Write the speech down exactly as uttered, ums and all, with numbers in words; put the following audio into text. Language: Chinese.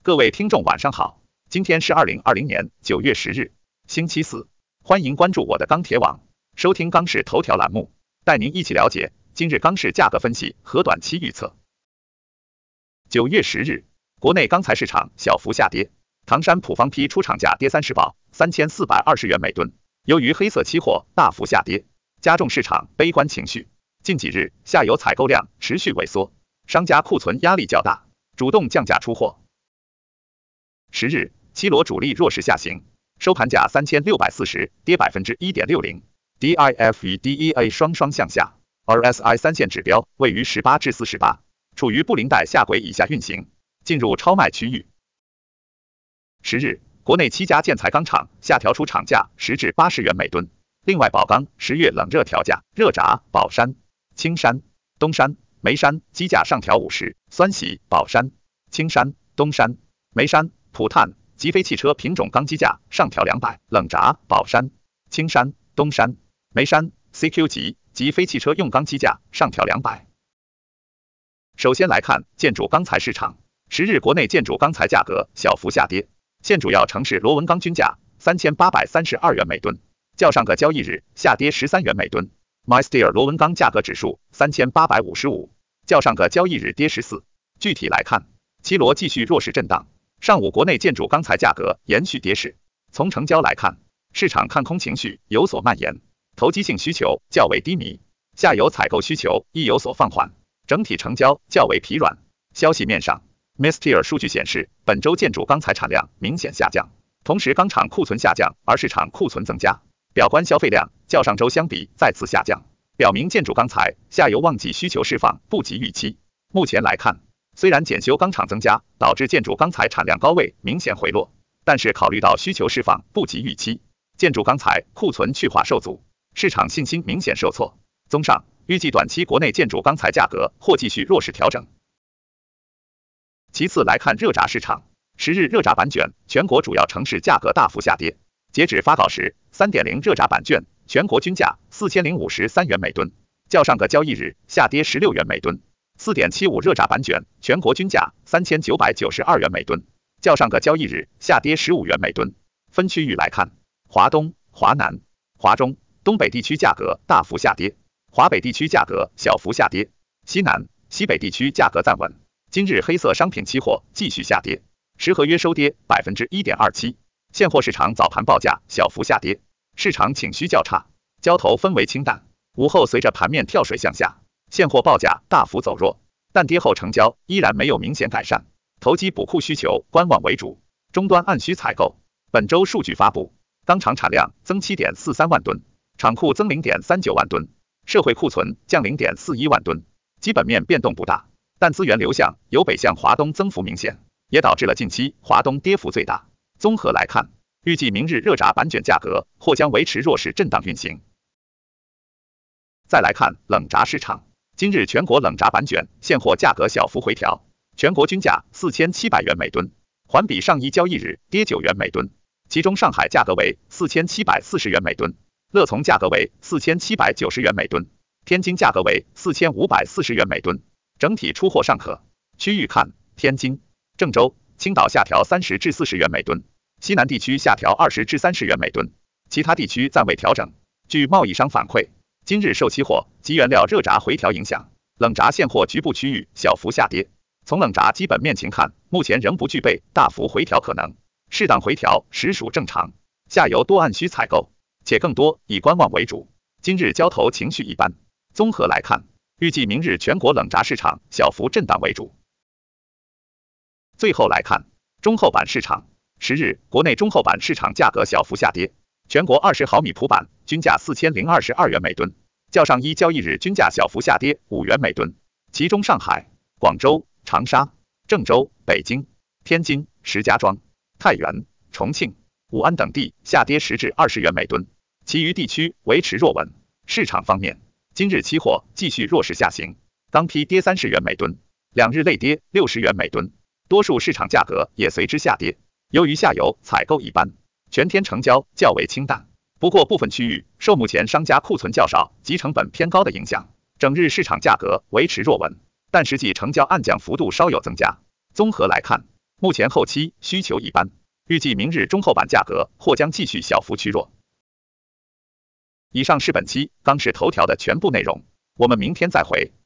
各位听众晚上好，今天是二零二零年九月十日，星期四，欢迎关注我的钢铁网，收听钢市头条栏目，带您一起了解今日钢市价格分析和短期预测。九月十日，国内钢材市场小幅下跌，唐山普方坯出厂价跌三十报，三千四百二十元每吨。由于黑色期货大幅下跌，加重市场悲观情绪。近几日下游采购量持续萎缩，商家库存压力较大，主动降价出货。十日，期螺主力弱势下行，收盘价三千六百四十，跌 百分之一点六零。D I F 与 D E A 双双向下 ，R S I 三线指标位于十八至四十八，处于布林带下轨以下运行，进入超卖区域。十日，国内七家建材钢厂下调出厂价十至八十元每吨。另外，宝钢十月冷热调价，热轧、宝山、青山、东山、眉山基价上调五十，酸洗、宝山、青山、东山、眉山、普碳、极飞汽车品种钢基价上调两百，冷轧、宝山、青山、东山、眉山、C Q 级及非汽车用钢基价上调两百。首先来看建筑钢材市场，十日国内建筑钢材价格小幅下跌，现主要城市螺纹钢均价三千八百三十二元每吨，较上个交易日下跌十三元每吨。MySteel 螺纹钢价格指数三千八百五十五，较上个交易日跌十四。具体来看，期螺继续弱势震荡。上午国内建筑钢材价格延续跌势。从成交来看，市场看空情绪有所蔓延，投机性需求较为低迷，下游采购需求亦有所放缓，整体成交较为疲软。消息面上 ，MySteel 数据显示，本周建筑钢材产量明显下降，同时钢厂库存下降，而市场库存增加，表观消费量较上周相比再次下降，表明建筑钢材下游旺季需求释放不及预期。目前来看，虽然检修钢厂增加导致建筑钢材产量高位明显回落，但是考虑到需求释放不及预期，建筑钢材库存去化受阻，市场信心明显受挫。综上，预计短期国内建筑钢材价格或继续弱势调整。其次来看热轧市场，十日热轧板卷全国主要城市价格大幅下跌，截止发稿时 三点零 热轧板卷全国均价四千零五十三元每吨，较上个交易日下跌十六元每吨。四点七五 热轧板卷全国均价三千九百九十二元每吨，较上个交易日下跌十五元每吨。分区域来看，华东、华南、华中、东北地区价格大幅下跌，华北地区价格小幅下跌，西南、西北地区价格暂稳。今日黑色商品期货继续下跌，十合约收跌 百分之一点二七， 现货市场早盘报价小幅下跌，市场情绪较差，交投氛围清淡。午后随着盘面跳水向下，现货报价大幅走弱，但跌后成交依然没有明显改善，投机补库需求观望为主，终端按需采购。本周数据发布，钢厂产量增 七点四三万吨，厂库增 零点三九万吨，社会库存降 零点四一万吨，基本面变动不大，但资源流向由北向华东增幅明显，也导致了近期华东跌幅最大。综合来看，预计明日热轧板卷价格或将维持弱势震荡运行。再来看冷轧市场，今日全国冷轧板卷现货价格小幅回调，全国均价四千七百元每吨，环比上一交易日跌九元每吨。其中上海价格为四千七百四十元每吨，乐从价格为四千七百九十元每吨，天津价格为四千五百四十元每吨。整体出货尚可。区域看，天津、郑州、青岛下调三十至四十元每吨，西南地区下调二十至三十元每吨，其他地区暂未调整。据贸易商反馈，今日受期货及原料热轧回调影响，冷轧现货局部区域小幅下跌。从冷轧基本面情看，目前仍不具备大幅回调可能，适当回调实属正常。下游多按需采购，且更多以观望为主。今日交投情绪一般。综合来看，预计明日全国冷轧市场小幅震荡为主。最后来看中厚板市场，十日国内中厚板市场价格小幅下跌，全国二十毫米普板均价四千零二十二元每吨，较上一交易日均价小幅下跌五元每吨。其中上海、广州、长沙、郑州、北京、天津、石家庄、太原、重庆、武安等地下跌十至二十元每吨，其余地区维持弱稳。市场方面，今日期货继续弱势下行，钢坯跌三十元每吨，两日累跌六十元每吨，多数市场价格也随之下跌。由于下游采购一般，全天成交较为清淡。不过部分区域受目前商家库存较少及成本偏高的影响，整日市场价格维持弱稳，但实际成交暗降幅度稍有增加。综合来看， 目前后期需求一般，预计明日中厚板价格或将继续小幅趋弱。以上是本期钢市头条的全部内容，我们明天再会。